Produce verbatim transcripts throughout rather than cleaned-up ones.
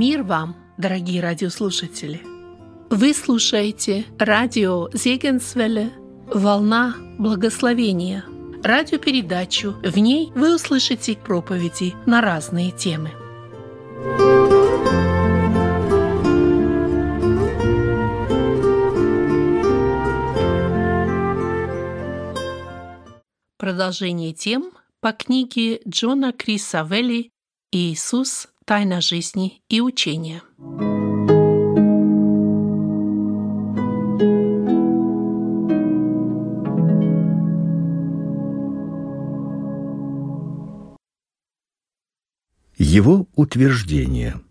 Мир вам, дорогие радиослушатели! Вы слушаете радио Зегенсвелле «Волна благословения», радиопередачу. В ней вы услышите проповеди на разные темы. Продолжение тем по книге Джона Криса Велли «Иисус. Тайна жизни и учения». Его утверждение.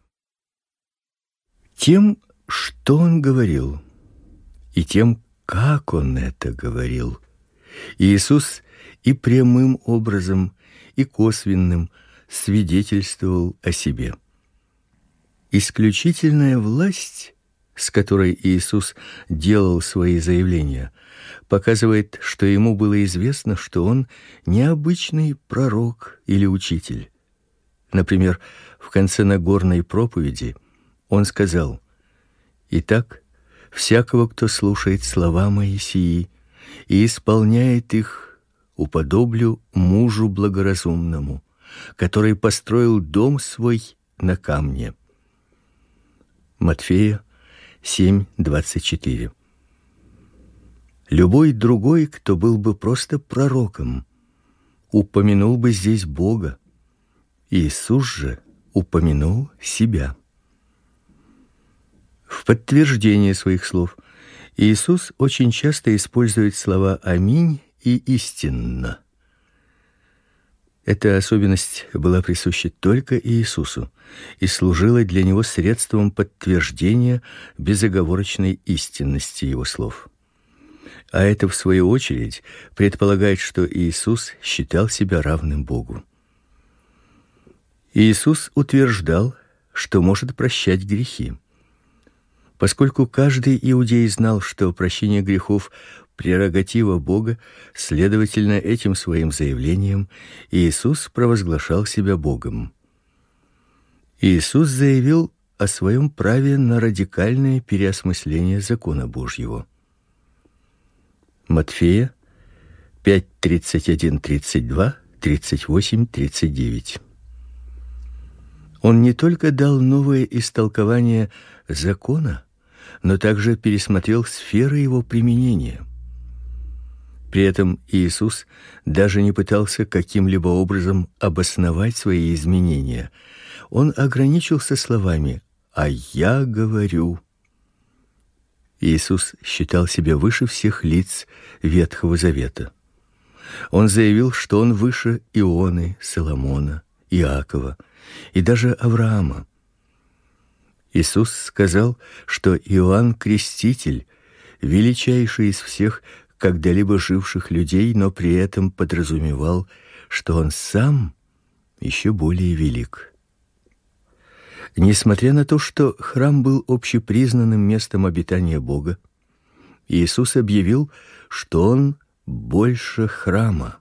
Тем, что он говорил, и тем, как он это говорил, Иисус и прямым образом, и косвенным свидетельствовал о себе. Исключительная власть, с которой Иисус делал свои заявления, показывает, что ему было известно, что он не обычный пророк или учитель. Например, в конце Нагорной проповеди он сказал: «Итак, всякого, кто слушает слова мои сии и исполняет их, уподоблю мужу благоразумному, который построил дом свой на камне». Матфея семь двадцать четыре. Любой другой, кто был бы просто пророком, упомянул бы здесь Бога. Иисус же упомянул себя. В подтверждение своих слов Иисус очень часто использует слова «аминь» и «истинно». Эта особенность была присуща только Иисусу и служила для него средством подтверждения безоговорочной истинности его слов. А это, в свою очередь, предполагает, что Иисус считал себя равным Богу. Иисус утверждал, что может прощать грехи. Поскольку каждый иудей знал, что прощение грехов прерогатива Бога, следовательно, этим своим заявлением Иисус провозглашал себя Богом. Иисус заявил о своем праве на радикальное переосмысление закона Божьего. Матфея пять тридцать один тридцать два, тридцать восемь тридцать девять. Он не только дал новое истолкование закона, но также пересмотрел сферы его применения. При этом Иисус даже не пытался каким-либо образом обосновать свои изменения. Он ограничился словами «а я говорю». Иисус считал себя выше всех лиц Ветхого Завета. Он заявил, что он выше Ионы, Соломона, Иакова и даже Авраама. Иисус сказал, что Иоанн Креститель величайший из всех когда-либо живших людей, но при этом подразумевал, что он сам еще более велик. Несмотря на то, что храм был общепризнанным местом обитания Бога, Иисус объявил, что он больше храма.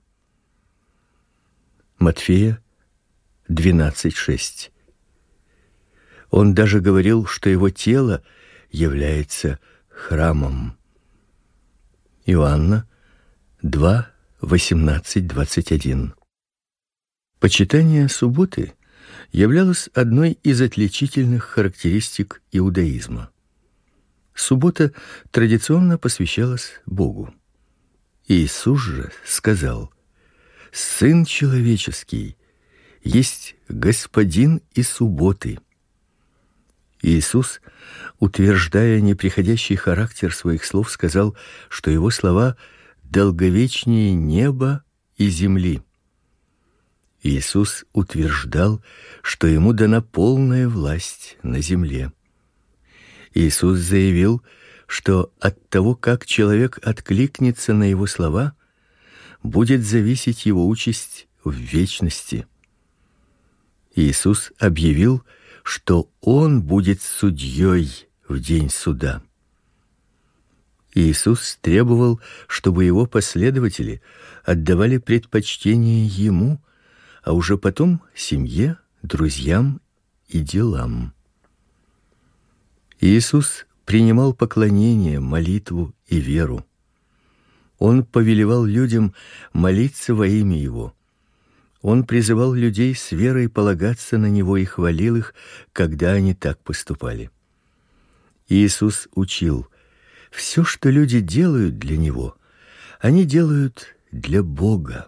Матфея двенадцать шесть. Он даже говорил, что его тело является храмом. Иоанна два восемнадцать двадцать один. Почитание субботы являлось одной из отличительных характеристик иудаизма. Суббота традиционно посвящалась Богу. Иисус же сказал: «Сын человеческий есть Господин и субботы». Иисус, утверждая неприходящий характер своих слов, сказал, что его слова долговечнее неба и земли. Иисус утверждал, что ему дана полная власть на земле. Иисус заявил, что от того, как человек откликнется на его слова, будет зависеть его участь в вечности. Иисус объявил, что он будет судьей в день суда. Иисус требовал, чтобы его последователи отдавали предпочтение ему, а уже потом семье, друзьям и делам. Иисус принимал поклонение, молитву и веру. Он повелевал людям молиться во имя Его. Он призывал людей с верой полагаться на Него и хвалил их, когда они так поступали. Иисус учил: все, что люди делают для Него, они делают для Бога.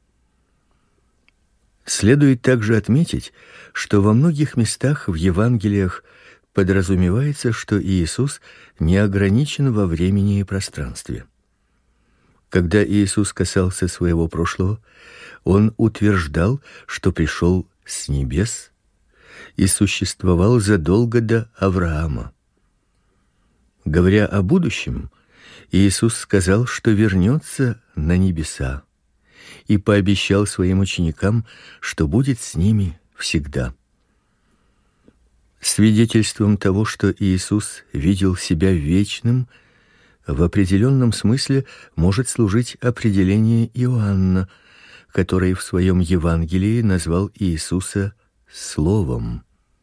Следует также отметить, что во многих местах в Евангелиях подразумевается, что Иисус не ограничен во времени и пространстве. Когда Иисус касался своего прошлого, он утверждал, что пришел с небес и существовал задолго до Авраама. Говоря о будущем, Иисус сказал, что вернется на небеса, и пообещал своим ученикам, что будет с ними всегда. Свидетельством того, что Иисус видел себя вечным, в определенном смысле может служить определение Иоанна, который в своем Евангелии назвал Иисуса Словом.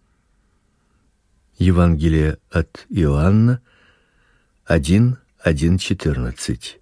Евангелие от Иоанна один один четырнадцать.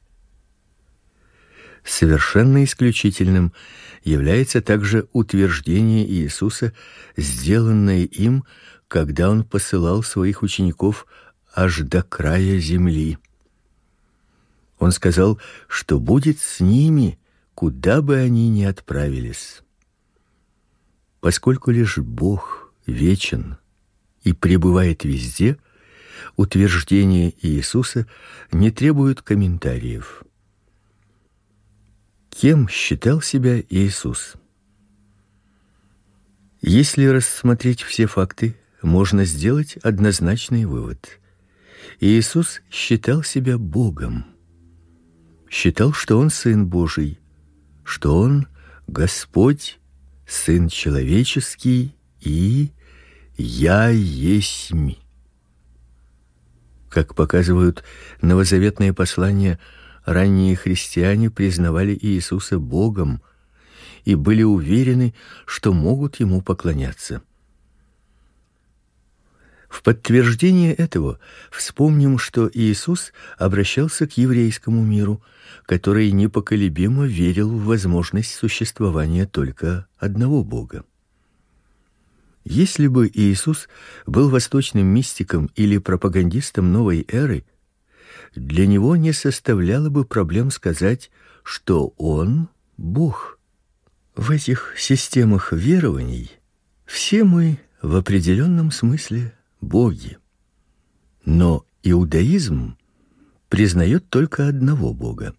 Совершенно исключительным является также утверждение Иисуса, сделанное им, когда он посылал своих учеников аж до края земли. Он сказал, что будет с ними, куда бы они ни отправились. Поскольку лишь Бог вечен и пребывает везде, утверждение Иисуса не требует комментариев. Кем считал себя Иисус? Если рассмотреть все факты, можно сделать однозначный вывод. Иисус считал себя Богом. Считал, что он сын Божий, что он Господь, сын человеческий и я есмь. Как показывают новозаветные послания, ранние христиане признавали Иисуса Богом и были уверены, что могут ему поклоняться. В подтверждение этого вспомним, что Иисус обращался к еврейскому миру, который непоколебимо верил в возможность существования только одного Бога. Если бы Иисус был восточным мистиком или пропагандистом новой эры, для него не составляло бы проблем сказать, что он Бог. В этих системах верований все мы в определенном смысле боги. Но иудаизм признает только одного Бога.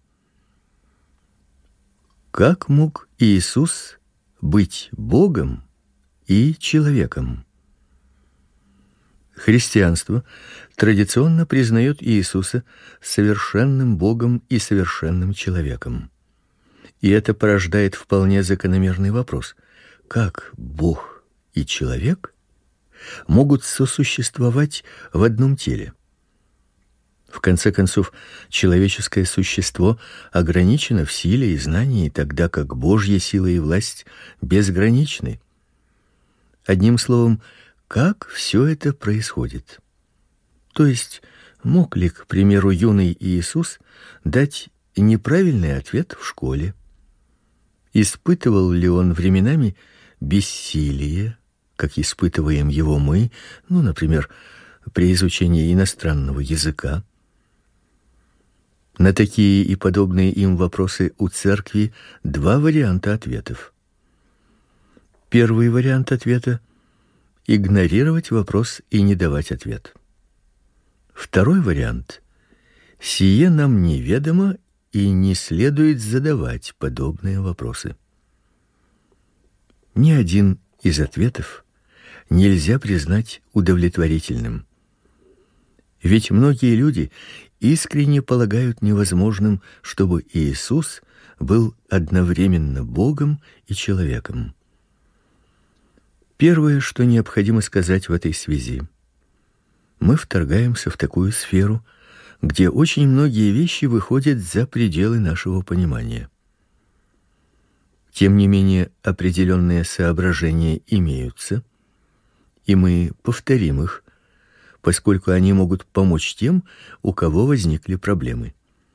Как мог Иисус быть Богом и человеком? Христианство традиционно признает Иисуса совершенным Богом и совершенным человеком. И это порождает вполне закономерный вопрос: как Бог и человек могут сосуществовать в одном теле? В конце концов, человеческое существо ограничено в силе и знании, тогда как Божья сила и власть безграничны. Одним словом, как все это происходит? То есть, мог ли, к примеру, юный Иисус дать неправильный ответ в школе? Испытывал ли он временами бессилие, как испытываем его мы, ну, например, при изучении иностранного языка? На такие и подобные им вопросы у церкви два варианта ответов. Первый вариант ответа — игнорировать вопрос и не давать ответ. Второй вариант — сие нам неведомо и не следует задавать подобные вопросы. Ни один из ответов нельзя признать удовлетворительным. Ведь многие люди искренне полагают невозможным, чтобы Иисус был одновременно Богом и человеком. Первое, что необходимо сказать в этой связи: мы вторгаемся в такую сферу, где очень многие вещи выходят за пределы нашего понимания. Тем не менее, определенные соображения имеются, и мы повторим их, поскольку они могут помочь тем, у кого возникли проблемы.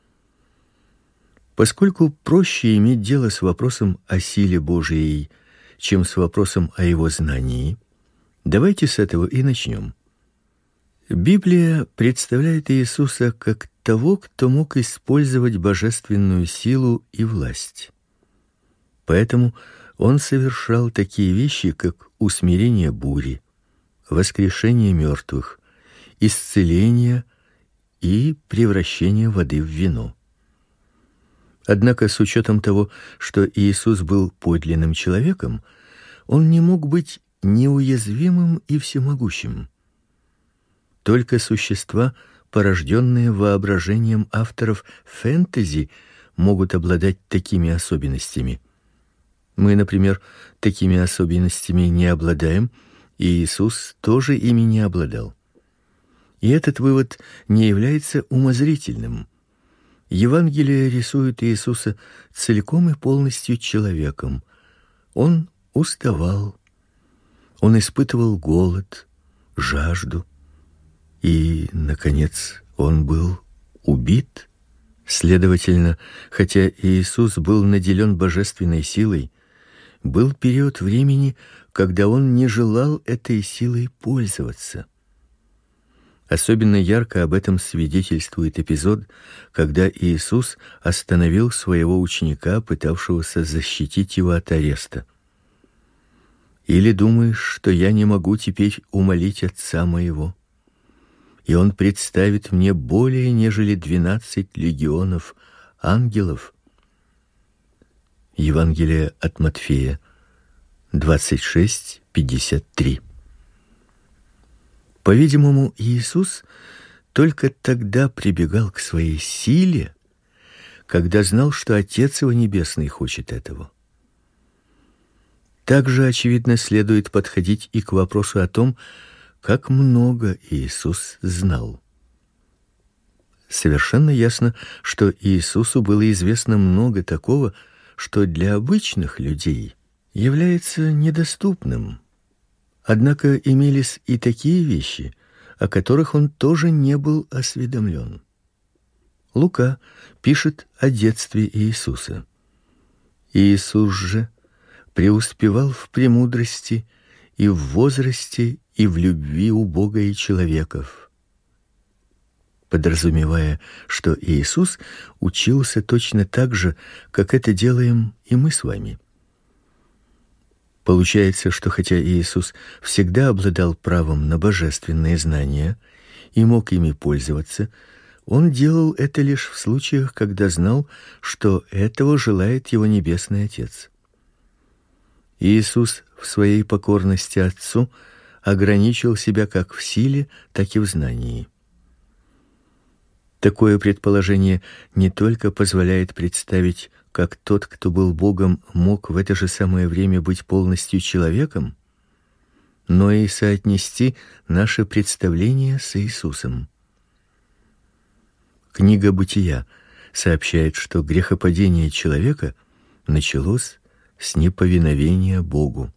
Поскольку проще иметь дело с вопросом о силе Божией, чем с вопросом о его знании, давайте с этого и начнем. Библия представляет Иисуса как того, кто мог использовать божественную силу и власть. Поэтому он совершал такие вещи, как усмирение бури, воскрешение мертвых, исцеление и превращение воды в вино. Однако с учетом того, что Иисус был подлинным человеком, он не мог быть неуязвимым и всемогущим. Только существа, порожденные воображением авторов фэнтези, могут обладать такими особенностями. Мы, например, такими особенностями не обладаем, и Иисус тоже ими не обладал. И этот вывод не является умозрительным. Евангелие рисует Иисуса целиком и полностью человеком. Он уставал, он испытывал голод, жажду, и, наконец, он был убит. Следовательно, хотя Иисус был наделен божественной силой, был период времени, когда он не желал этой силой пользоваться. Особенно ярко об этом свидетельствует эпизод, когда Иисус остановил своего ученика, пытавшегося защитить его от ареста. «Или думаешь, что я не могу теперь умолить Отца моего, и он представит мне более нежели двенадцать легионов ангелов?» Евангелие от Матфея двадцать шесть пятьдесят три. По-видимому, Иисус только тогда прибегал к своей силе, когда знал, что Отец его небесный хочет этого. Также очевидно следует подходить и к вопросу о том, как много Иисус знал. Совершенно ясно, что Иисусу было известно много такого, что для обычных людей является недоступным. Однако имелись и такие вещи, о которых он тоже не был осведомлен. Лука пишет о детстве Иисуса. Иисус же преуспевал в премудрости и в возрасте, и в любви у Бога и человеков, подразумевая, что Иисус учился точно так же, как это делаем и мы с вами. Получается, что хотя Иисус всегда обладал правом на божественные знания и мог ими пользоваться, он делал это лишь в случаях, когда знал, что этого желает его небесный Отец. Иисус в своей покорности Отцу ограничил себя как в силе, так и в знании. Такое предположение не только позволяет представить, как тот, кто был Богом, мог в это же самое время быть полностью человеком, но и соотнести наше представление с Иисусом. Книга Бытия сообщает, что грехопадение человека началось с неповиновения Богу.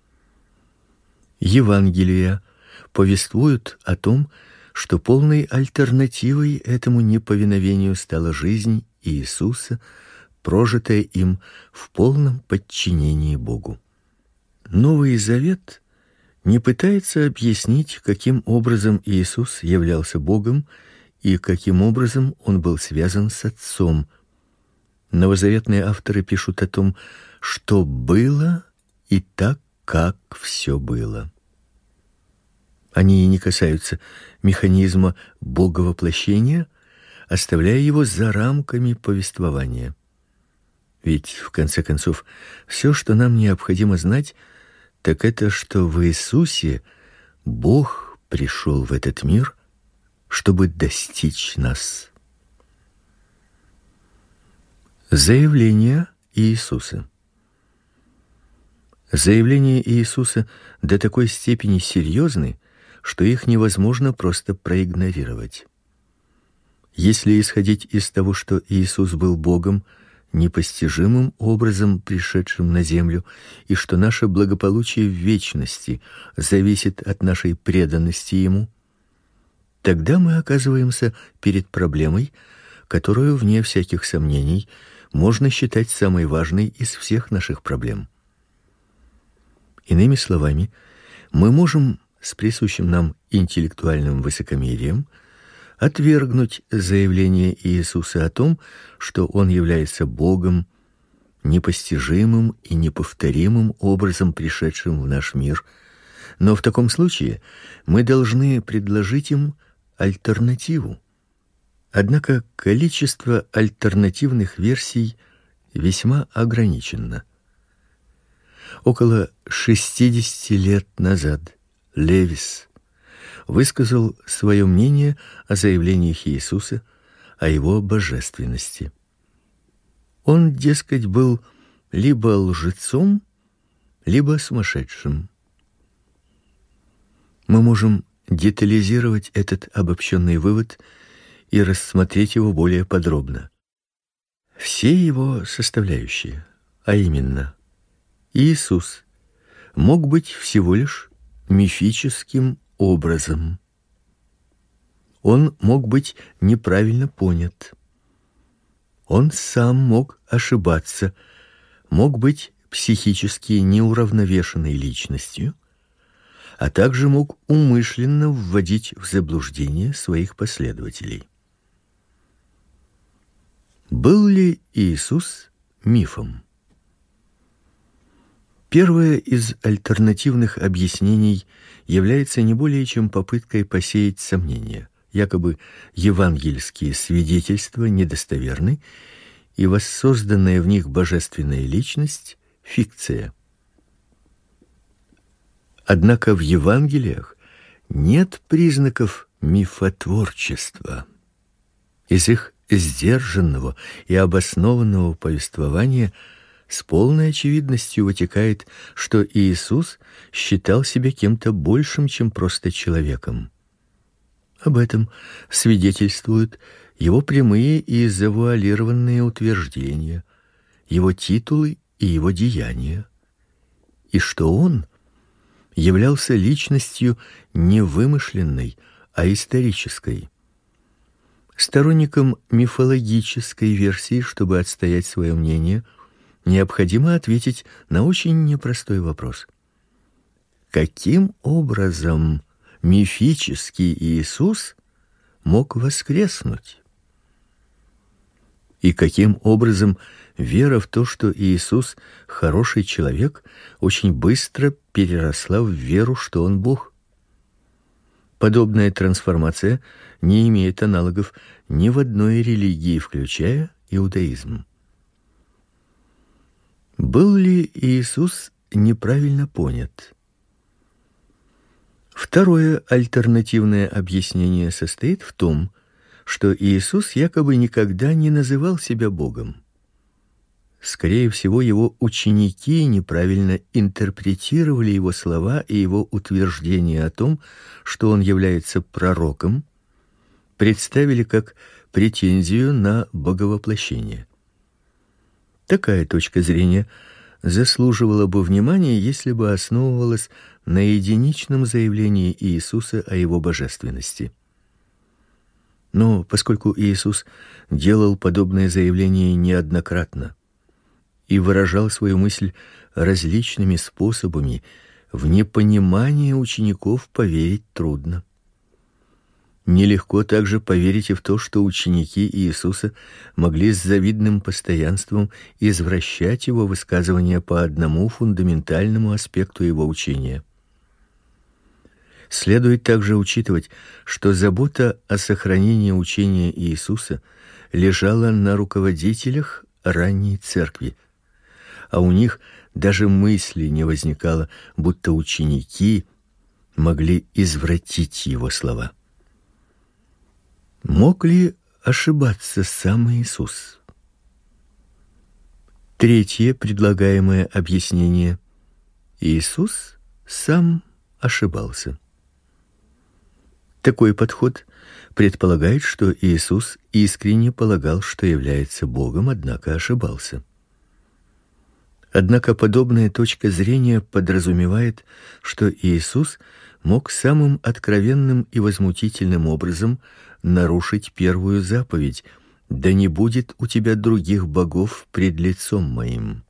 Евангелия повествуют о том, что полной альтернативой этому неповиновению стала жизнь Иисуса, прожитая им в полном подчинении Богу. Новый Завет не пытается объяснить, каким образом Иисус являлся Богом и каким образом он был связан с Отцом. Новозаветные авторы пишут о том, что было и так, как все было. Они не касаются механизма боговоплощения, оставляя его за рамками повествования. Ведь в конце концов все, что нам необходимо знать, так это, что в Иисусе Бог пришел в этот мир, чтобы достичь нас. Заявление Иисуса. Заявления Иисуса до такой степени серьезны, что их невозможно просто проигнорировать. Если исходить из того, что Иисус был Богом, непостижимым образом пришедшим на землю, и что наше благополучие в вечности зависит от нашей преданности ему, тогда мы оказываемся перед проблемой, которую, вне всяких сомнений, можно считать самой важной из всех наших проблем. Иными словами, мы можем с присущим нам интеллектуальным высокомерием отвергнуть заявление Иисуса о том, что он является Богом, непостижимым и неповторимым образом пришедшим в наш мир. Но в таком случае мы должны предложить им альтернативу. Однако количество альтернативных версий весьма ограничено. Около шестидесяти лет назад Левис высказал свое мнение о заявлениях Иисуса о его божественности. Он, дескать, был либо лжецом, либо сумасшедшим. Мы можем детализировать этот обобщенный вывод и рассмотреть его более подробно. Все его составляющие, а именно, Иисус мог быть всего лишь мифическим образом. Он мог быть неправильно понят. Он сам мог ошибаться, мог быть психически неуравновешенной личностью, а также мог умышленно вводить в заблуждение своих последователей. Был ли Иисус мифом? Первое из альтернативных объяснений является не более чем попыткой посеять сомнения. Якобы евангельские свидетельства недостоверны, и воссозданная в них божественная личность — фикция. Однако в Евангелиях нет признаков мифотворчества. Из их сдержанного и обоснованного повествования с полной очевидностью вытекает, что Иисус считал себя кем-то большим, чем просто человеком. Об этом свидетельствуют его прямые и завуалированные утверждения, его титулы и его деяния, и что он являлся личностью не вымышленной, а исторической. Сторонникам мифологической версии, чтобы отстоять свое мнение, необходимо ответить на очень непростой вопрос: каким образом мифический Иисус мог воскреснуть? И каким образом вера в то, что Иисус хороший человек, очень быстро переросла в веру, что он Бог? Подобная трансформация не имеет аналогов ни в одной религии, включая иудаизм. Был ли Иисус неправильно понят? Второе альтернативное объяснение состоит в том, что Иисус якобы никогда не называл себя Богом. Скорее всего, его ученики неправильно интерпретировали его слова и его утверждения о том, что он является пророком, представили как претензию на боговоплощение. Такая точка зрения заслуживала бы внимания, если бы основывалась на единичном заявлении Иисуса о его божественности. Но поскольку Иисус делал подобное заявление неоднократно и выражал свою мысль различными способами, в непонимание учеников поверить трудно. Нелегко также поверить и в то, что ученики Иисуса могли с завидным постоянством извращать его высказывания по одному фундаментальному аспекту его учения. Следует также учитывать, что забота о сохранении учения Иисуса лежала на руководителях ранней церкви, а у них даже мысли не возникало, будто ученики могли извратить его слова. Мог ли ошибаться сам Иисус? Третье предлагаемое объяснение: Иисус сам ошибался. Такой подход предполагает, что Иисус искренне полагал, что является Богом, однако ошибался. Однако подобная точка зрения подразумевает, что Иисус мог самым откровенным и возмутительным образом нарушить первую заповедь: «Да не будет у тебя других богов пред лицом моим».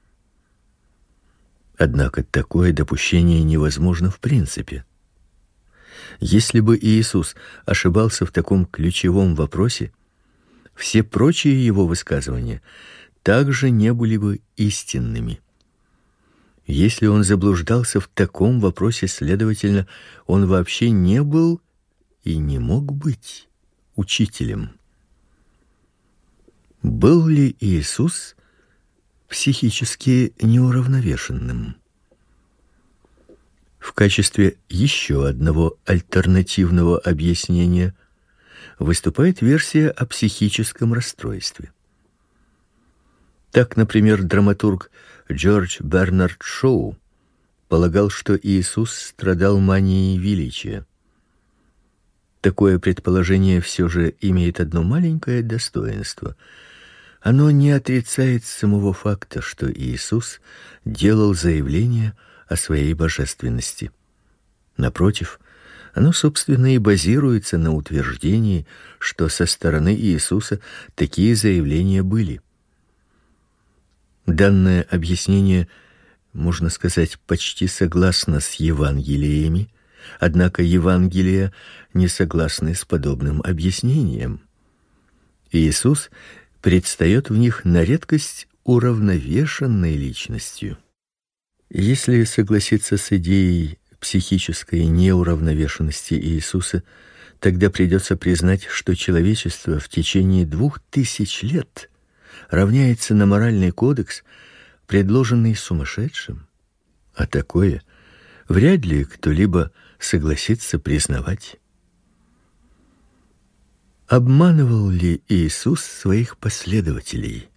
Однако такое допущение невозможно в принципе. Если бы Иисус ошибался в таком ключевом вопросе, все прочие его высказывания также не были бы истинными. Если он заблуждался в таком вопросе, следовательно, он вообще не был и не мог быть учителем. Был ли Иисус психически неуравновешенным? В качестве еще одного альтернативного объяснения выступает версия о психическом расстройстве. Так, например, драматург Джордж Бернард Шоу полагал, что Иисус страдал манией величия. Такое предположение все же имеет одно маленькое достоинство. Оно не отрицает самого факта, что Иисус делал заявление о своей божественности. Напротив, оно, собственно, и базируется на утверждении, что со стороны Иисуса такие заявления были. Данное объяснение, можно сказать, почти согласно с Евангелиями, однако Евангелия не согласны с подобным объяснением. Иисус предстает в них на редкость уравновешенной личностью. Если согласиться с идеей психической неуравновешенности Иисуса, тогда придется признать, что человечество в течение двух тысяч лет равняется на моральный кодекс, предложенный сумасшедшим, а такое вряд ли кто-либо согласится признавать. Обманывал ли Иисус своих последователей?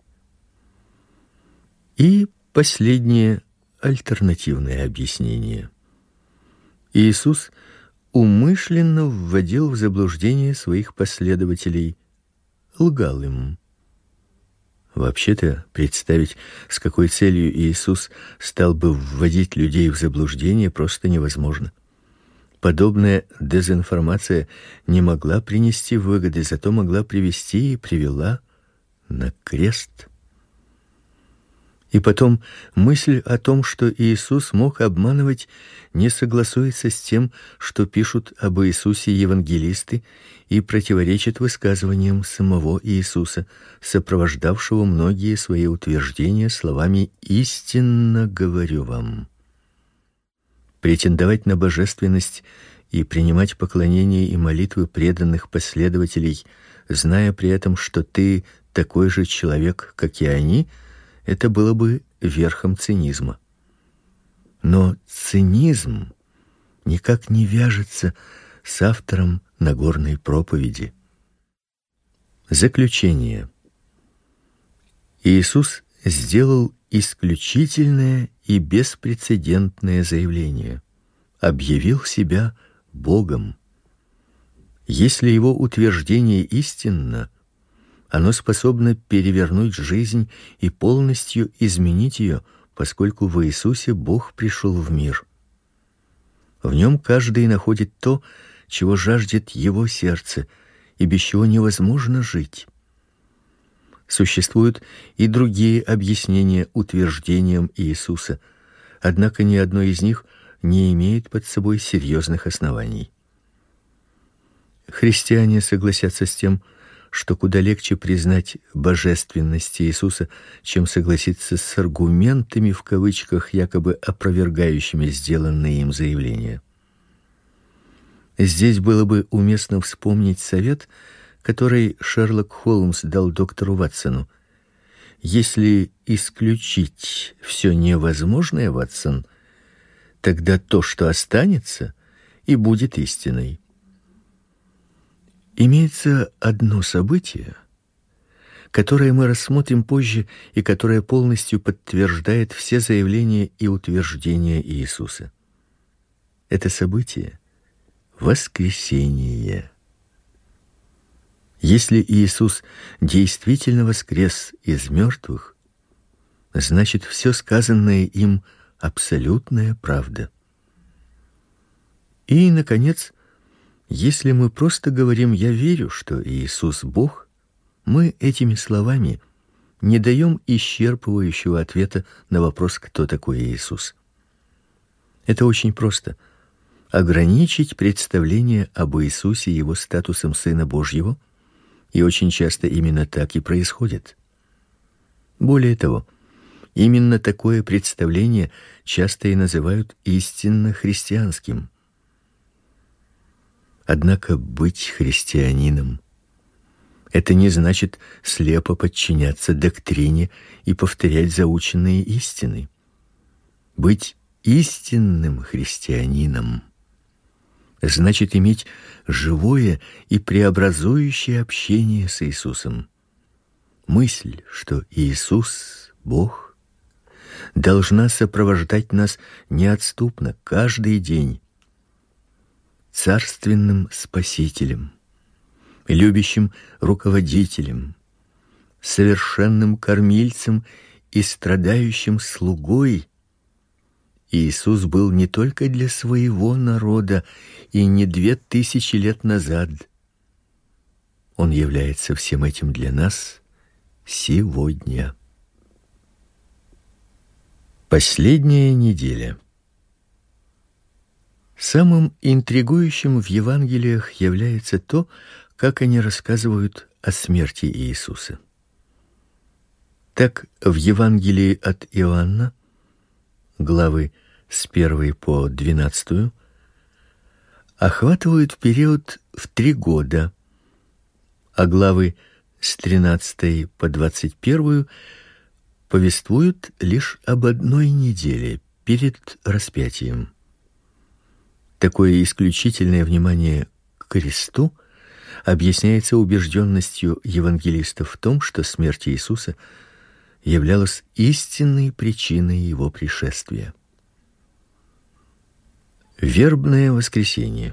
И последнее альтернативное объяснение. Иисус умышленно вводил в заблуждение своих последователей, лгал им. Вообще-то, представить, с какой целью Иисус стал бы вводить людей в заблуждение, просто невозможно. Подобная дезинформация не могла принести выгоды, зато могла привести и привела на крест. И потом мысль о том, что Иисус мог обманывать, не согласуется с тем, что пишут об Иисусе евангелисты, и противоречит высказываниям самого Иисуса, сопровождавшего многие свои утверждения словами «истинно говорю вам». Претендовать на божественность и принимать поклонение и молитвы преданных последователей, зная при этом, что ты такой же человек, как и они, это было бы верхом цинизма. Но цинизм никак не вяжется с автором Нагорной проповеди. Заключение. Иисус сделал исключительное и беспрецедентное заявление. Объявил себя Богом. Если его утверждение истинно, оно способно перевернуть жизнь и полностью изменить ее, поскольку в Иисусе Бог пришел в мир. В нем каждый находит то, чего жаждет его сердце, и без чего невозможно жить. Существуют и другие объяснения утверждениям Иисуса, однако ни одно из них не имеет под собой серьезных оснований. Христиане согласятся с тем, что куда легче признать божественность Иисуса, чем согласиться с аргументами в кавычках, якобы опровергающими сделанные им заявления. Здесь было бы уместно вспомнить совет, который Шерлок Холмс дал доктору Ватсону. Если исключить все невозможное, Ватсон, тогда то, что останется, и будет истиной. Имеется одно событие, которое мы рассмотрим позже и которое полностью подтверждает все заявления и утверждения Иисуса. Это событие — воскресение. Если Иисус действительно воскрес из мертвых, значит, все сказанное им абсолютная правда. И, наконец, если мы просто говорим «я верю, что Иисус Бог», мы этими словами не даем исчерпывающего ответа на вопрос, кто такой Иисус. Это очень просто — ограничить представление об Иисусе его статусом Сына Божьего, и очень часто именно так и происходит. Более того, именно такое представление часто и называют истинно христианским. Однако быть христианином — это не значит слепо подчиняться доктрине и повторять заученные истины. Быть истинным христианином значит иметь живое и преобразующее общение с Иисусом. Мысль, что Иисус — Бог, должна сопровождать нас неотступно каждый день. Царственным Спасителем, любящим руководителем, совершенным кормильцем и страдающим слугой Иисус был не только для своего народа и не две тысячи лет назад. Он является всем этим для нас сегодня. Последняя неделя. Самым интригующим в Евангелиях является то, как они рассказывают о смерти Иисуса. Так, в Евангелии от Иоанна, главы с первой по двенадцатую, охватывают период в три года, а главы с тринадцатой по двадцать первую повествуют лишь об одной неделе перед распятием. Такое исключительное внимание к кресту объясняется убежденностью евангелистов в том, что смерть Иисуса являлась истинной причиной его пришествия. Вербное воскресенье.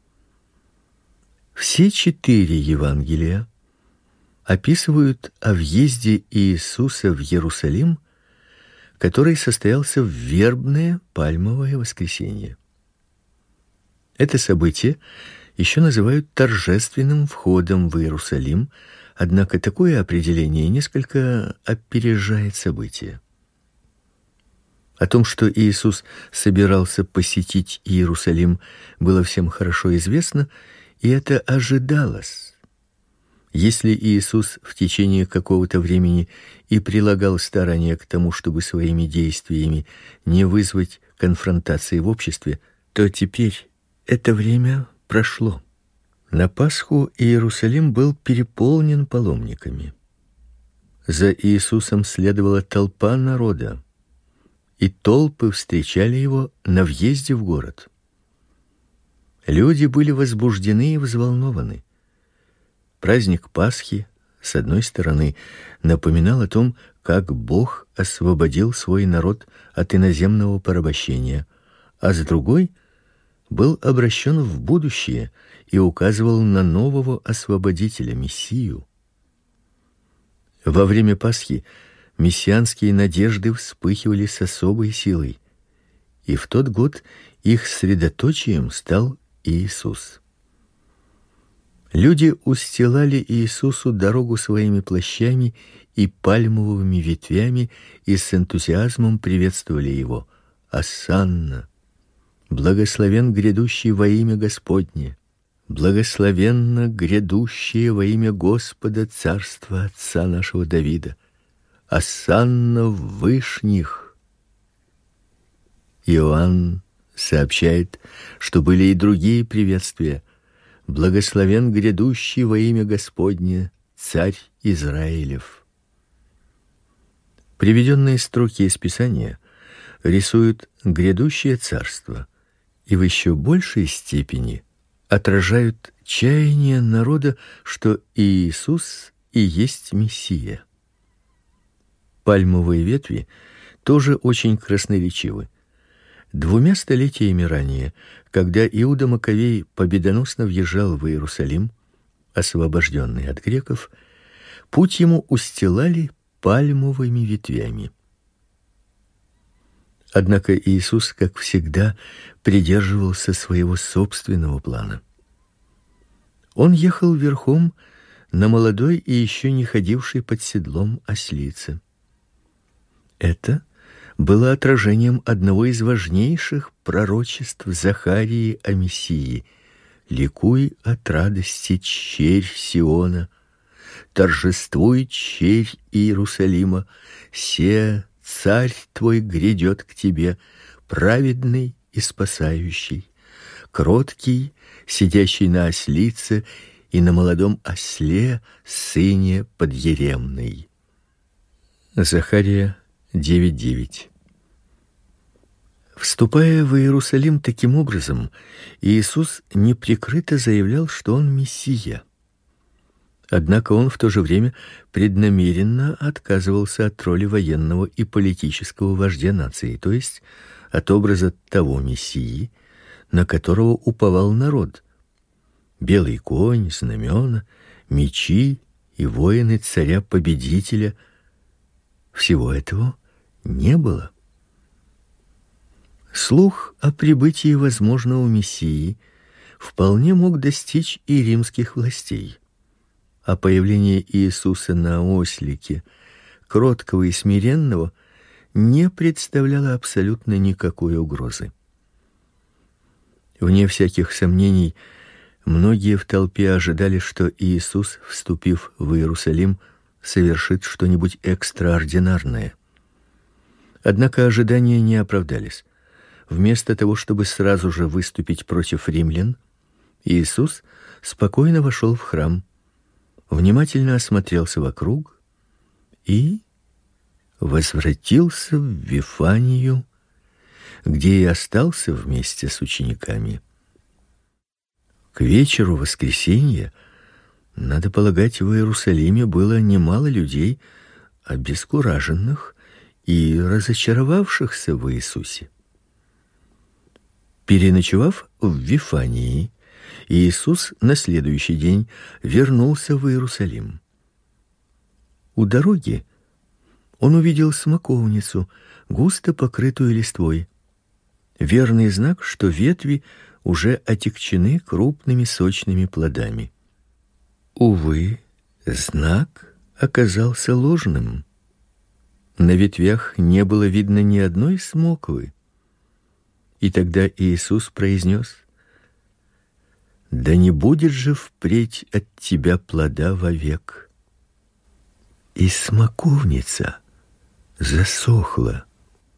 Все четыре Евангелия описывают о въезде Иисуса в Иерусалим, который состоялся в вербное пальмовое воскресенье. Это событие еще называют торжественным входом в Иерусалим, однако такое определение несколько опережает событие. О том, что Иисус собирался посетить Иерусалим, было всем хорошо известно, и это ожидалось. Если Иисус в течение какого-то времени и прилагал старания к тому, чтобы своими действиями не вызвать конфронтации в обществе, то теперь это время прошло. На Пасху Иерусалим был переполнен паломниками. За Иисусом следовала толпа народа, и толпы встречали его на въезде в город. Люди были возбуждены и взволнованы. Праздник Пасхи, с одной стороны, напоминал о том, как Бог освободил свой народ от иноземного порабощения, а с другой — был обращен в будущее и указывал на нового освободителя, Мессию. Во время Пасхи мессианские надежды вспыхивали с особой силой, и в тот год их средоточием стал Иисус. Люди устилали Иисусу дорогу своими плащами и пальмовыми ветвями и с энтузиазмом приветствовали его: «Осанна! Благословен грядущий во имя Господне! Благословенно грядущее во имя Господа царство отца нашего Давида! Осанна в вышних!» Иоанн сообщает, что были и другие приветствия: «Благословен грядущий во имя Господне, царь Израилев». Приведенные строки из Писания рисуют грядущее царство и в еще большей степени отражают чаяние народа, что Иисус и есть Мессия. Пальмовые ветви тоже очень красноречивы. Двумя столетиями ранее, когда Иуда Маковей победоносно въезжал в Иерусалим, освобожденный от греков, путь ему устилали пальмовыми ветвями. Однако Иисус, как всегда, придерживался своего собственного плана. Он ехал верхом на молодой и еще не ходившей под седлом ослице. Это было отражением одного из важнейших пророчеств Захарии о Мессии: «Ликуй от радости, черь Сиона, торжествуй, черь Иерусалима, се царь твой грядет к тебе, праведный и спасающий, кроткий, сидящий на ослице и на молодом осле, сыне подъеремной». Захария девять девять. Вступая в Иерусалим таким образом, Иисус неприкрыто заявлял, что он Мессия. Однако он в то же время преднамеренно отказывался от роли военного и политического вождя нации, то есть от образа того Мессии, на которого уповал народ. Белый конь, знамена, мечи и воины царя-победителя — всего этого не было. Слух о прибытии возможного Мессии вполне мог достичь и римских властей. А появление Иисуса на ослике, кроткого и смиренного, не представляло абсолютно никакой угрозы. Вне всяких сомнений, многие в толпе ожидали, что Иисус, вступив в Иерусалим, совершит что-нибудь экстраординарное. Однако ожидания не оправдались. Вместо того, чтобы сразу же выступить против римлян, Иисус спокойно вошел в храм, внимательно осмотрелся вокруг и возвратился в Вифанию, где и остался вместе с учениками. К вечеру воскресенья, надо полагать, в Иерусалиме было немало людей, обескураженных и разочаровавшихся в Иисусе. Переночевав в Вифании, Иисус на следующий день вернулся в Иерусалим. У дороги он увидел смоковницу, густо покрытую листвой. Верный знак, что ветви уже отягчены крупными сочными плодами. Увы, знак оказался ложным. На ветвях не было видно ни одной смоквы. И тогда Иисус произнес: «Да не будет же впредь от тебя плода вовек». И смоковница засохла.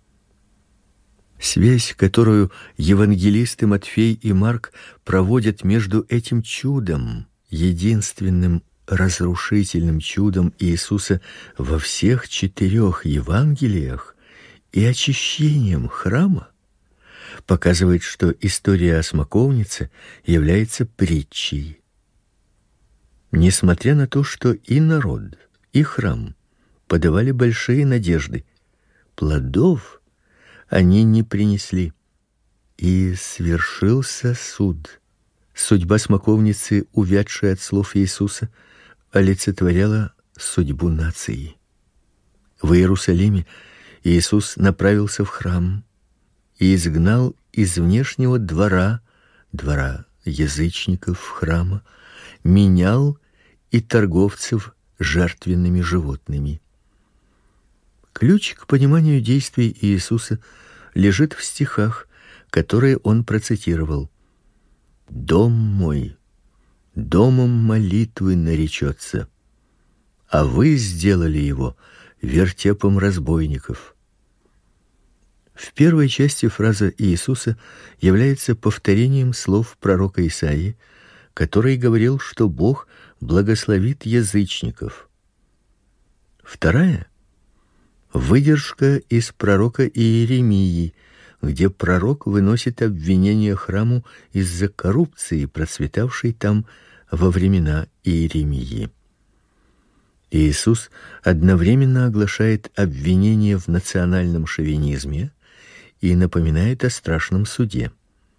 Связь, которую евангелисты Матфей и Марк проводят между этим чудом, единственным разрушительным чудом Иисуса во всех четырех Евангелиях, и очищением храма, показывает, что история о смоковнице является притчей. Несмотря на то, что и народ, и храм подавали большие надежды, плодов они не принесли. И свершился суд. Судьба смоковницы, увядшая от слов Иисуса, олицетворяла судьбу нации. В Иерусалиме Иисус направился в храм и изгнал из внешнего двора, двора язычников храма, менял и торговцев жертвенными животными. Ключ к пониманию действий Иисуса лежит в стихах, которые он процитировал: «Дом мой домом молитвы наречется, а вы сделали его вертепом разбойников». В первой части фраза Иисуса является повторением слов пророка Исаии, который говорил, что Бог благословит язычников. Вторая — выдержка из пророка Иеремии, где пророк выносит обвинение храму из-за коррупции, процветавшей там во времена Иеремии. Иисус одновременно оглашает обвинение в национальном шовинизме и напоминает о страшном суде.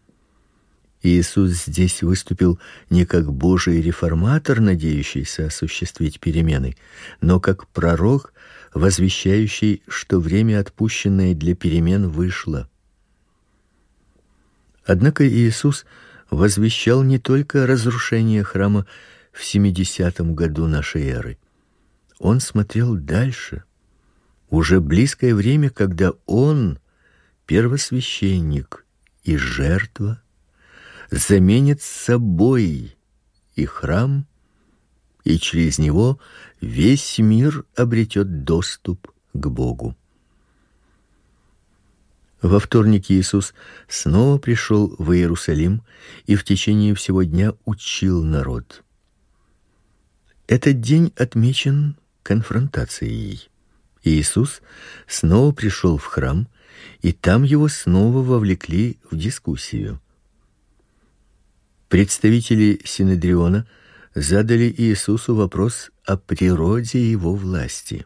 Иисус здесь выступил не как Божий реформатор, надеющийся осуществить перемены, но как пророк, возвещающий, что время, отпущенное для перемен, вышло. Однако Иисус возвещал не только разрушение храма в семидесятом году нашей эры. Он смотрел дальше, уже близкое время, когда он, первосвященник и жертва, заменит собой и храм, и через него весь мир обретет доступ к Богу. Во вторник Иисус снова пришел в Иерусалим и в течение всего дня учил народ. Этот день отмечен конфронтацией. Иисус снова пришел в храм, и там его снова вовлекли в дискуссию. Представители Синедриона задали Иисусу вопрос о природе его власти.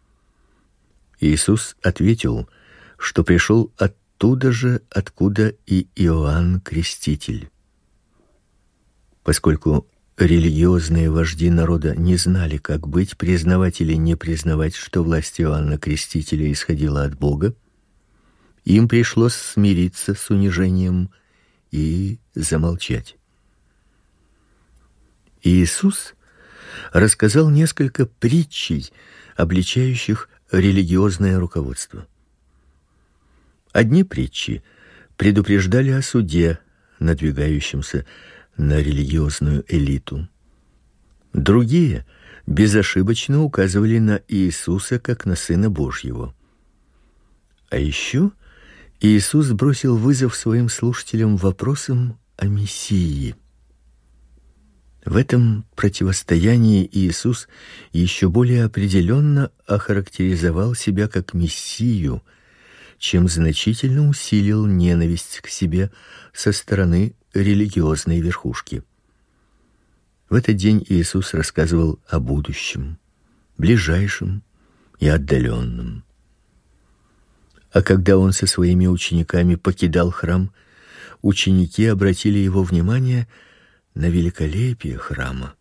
Иисус ответил, что пришел оттуда же, откуда и Иоанн Креститель. Поскольку религиозные вожди народа не знали, как быть, признавать или не признавать, что власть Иоанна Крестителя исходила от Бога, им пришлось смириться с унижением и замолчать. Иисус рассказал несколько притчей, обличающих религиозное руководство. Одни притчи предупреждали о суде, надвигающемся на религиозную элиту. Другие безошибочно указывали на Иисуса как на Сына Божьего. А еще Иисус бросил вызов своим слушателям вопросом о Мессии. В этом противостоянии Иисус еще более определенно охарактеризовал себя как Мессию, чем значительно усилил ненависть к себе со стороны религиозной верхушки. В этот день Иисус рассказывал о будущем, ближайшем и отдаленном. А когда он со своими учениками покидал храм, ученики обратили его внимание на великолепие храма.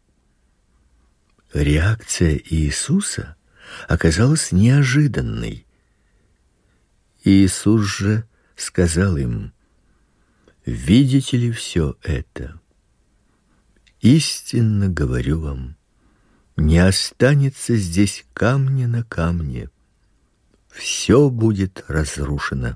Реакция Иисуса оказалась неожиданной. Иисус же сказал им: «Видите ли все это? Истинно говорю вам, не останется здесь камня на камне, все будет разрушено».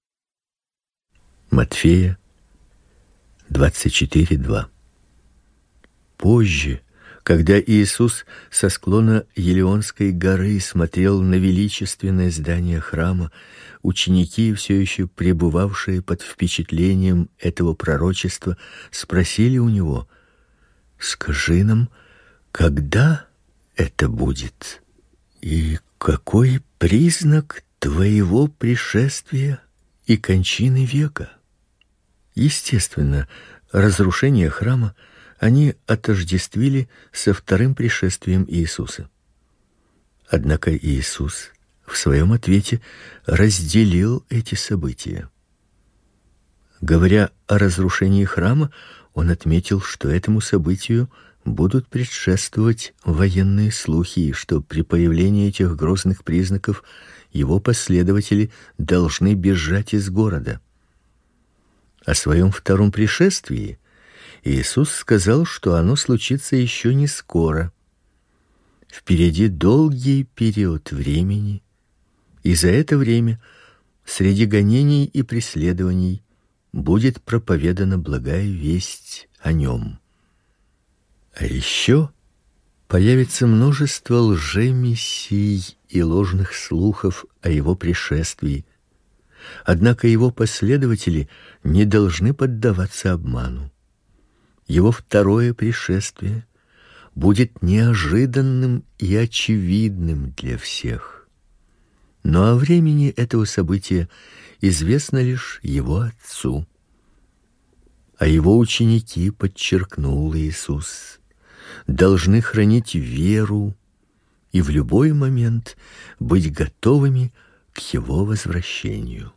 Матфея двадцать четыре два. Позже, когда Иисус со склона Елеонской горы смотрел на величественное здание храма, ученики, все еще пребывавшие под впечатлением этого пророчества, спросили у него: «Скажи нам, когда это будет? И какой признак твоего пришествия и кончины века?» Естественно, разрушение храма они отождествили со вторым пришествием Иисуса. Однако Иисус в своем ответе разделил эти события. Говоря о разрушении храма, он отметил, что этому событию будут предшествовать военные слухи, и что при появлении этих грозных признаков его последователи должны бежать из города. О своем втором пришествии Иисус сказал, что оно случится еще не скоро. Впереди долгий период времени, и за это время среди гонений и преследований будет проповедана благая весть о нем. А еще появится множество лжемессий и ложных слухов о его пришествии. Однако его последователи не должны поддаваться обману. Его второе пришествие будет неожиданным и очевидным для всех. Но о времени этого события известно лишь его Отцу. А его ученики, подчеркнул Иисус, должны хранить веру и в любой момент быть готовыми к его возвращению.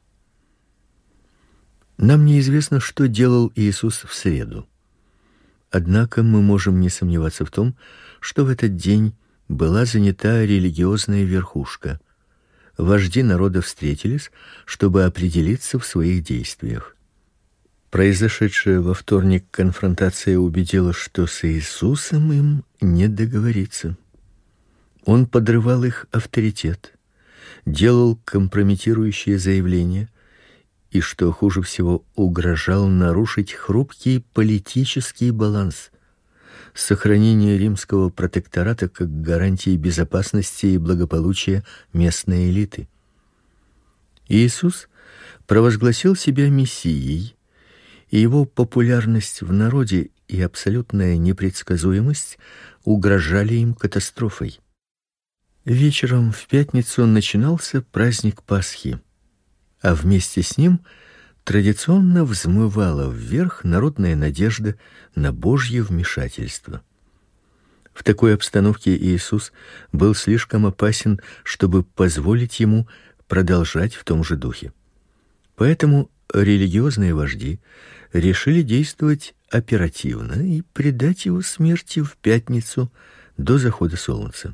Нам неизвестно, что делал Иисус в среду. Однако мы можем не сомневаться в том, что в этот день была занята религиозная верхушка. Вожди народа встретились, чтобы определиться в своих действиях. Произошедшая во вторник конфронтация убедила, что с Иисусом им не договориться. Он подрывал их авторитет, делал компрометирующие заявления и, что хуже всего, угрожал нарушить хрупкий политический баланс, сохранение римского протектората как гарантии безопасности и благополучия местной элиты. Иисус провозгласил себя мессией, и его популярность в народе и абсолютная непредсказуемость угрожали им катастрофой. Вечером в пятницу начинался праздник Пасхи, а вместе с ним традиционно взмывала вверх народная надежда на Божье вмешательство. В такой обстановке Иисус был слишком опасен, чтобы позволить ему продолжать в том же духе. Поэтому религиозные вожди решили действовать оперативно и предать его смерти в пятницу до захода солнца.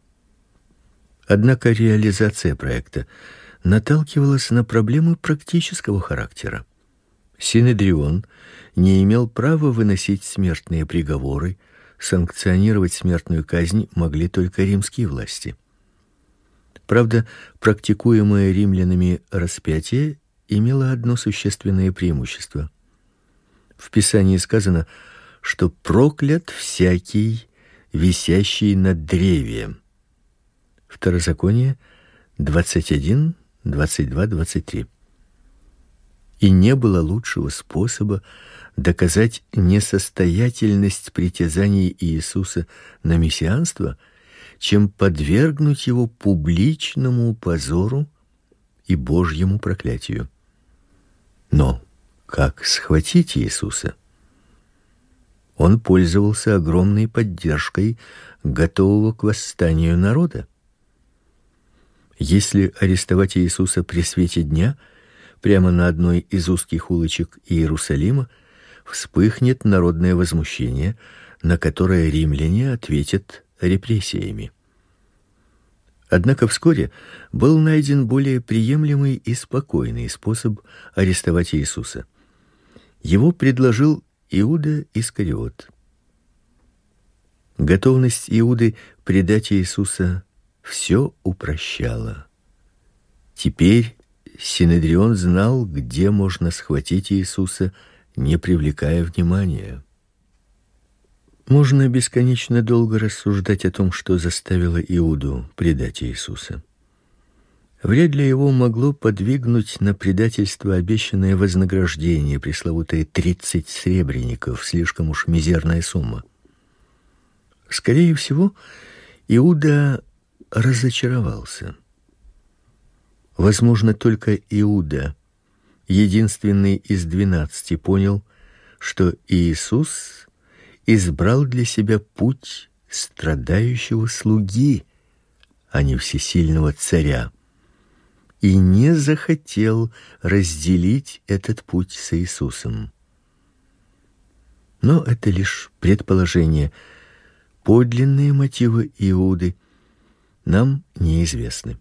Однако реализация проекта наталкивалась на проблемы практического характера. Синедрион не имел права выносить смертные приговоры, санкционировать смертную казнь могли только римские власти. Правда, практикуемое римлянами распятие имело одно существенное преимущество. В Писании сказано, что проклят всякий, висящий на древе. Второзаконие двадцать один, двадцать два, двадцать три. И не было лучшего способа доказать несостоятельность притязаний Иисуса на мессианство, чем подвергнуть его публичному позору и Божьему проклятию. Но как схватить Иисуса? Он пользовался огромной поддержкой готового к восстанию народа. Если арестовать Иисуса при свете дня, прямо на одной из узких улочек Иерусалима, вспыхнет народное возмущение, на которое римляне ответят репрессиями. Однако вскоре был найден более приемлемый и спокойный способ арестовать Иисуса. Его предложил Иуда Искариот. Готовность Иуды предать Иисуса все упрощала. Теперь Синедрион знал, где можно схватить Иисуса, не привлекая внимания. Можно бесконечно долго рассуждать о том, что заставило Иуду предать Иисуса. Вряд ли его могло подвигнуть на предательство обещанное вознаграждение, пресловутые тридцать сребреников, слишком уж мизерная сумма. Скорее всего, Иуда разочаровался. Возможно, только Иуда, единственный из двенадцати, понял, что Иисус избрал для себя путь страдающего слуги, а не всесильного царя, и не захотел разделить этот путь с Иисусом. Но это лишь предположение. Подлинные мотивы Иуды нам неизвестны.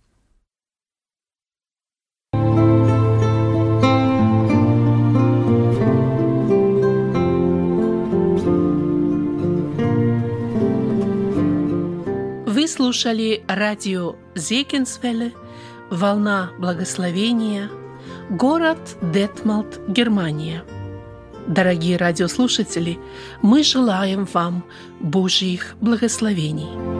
Вы слушали радио Зегенсвелле, «Волна благословения», город Детмалт, Германия. Дорогие радиослушатели, мы желаем вам Божьих благословений.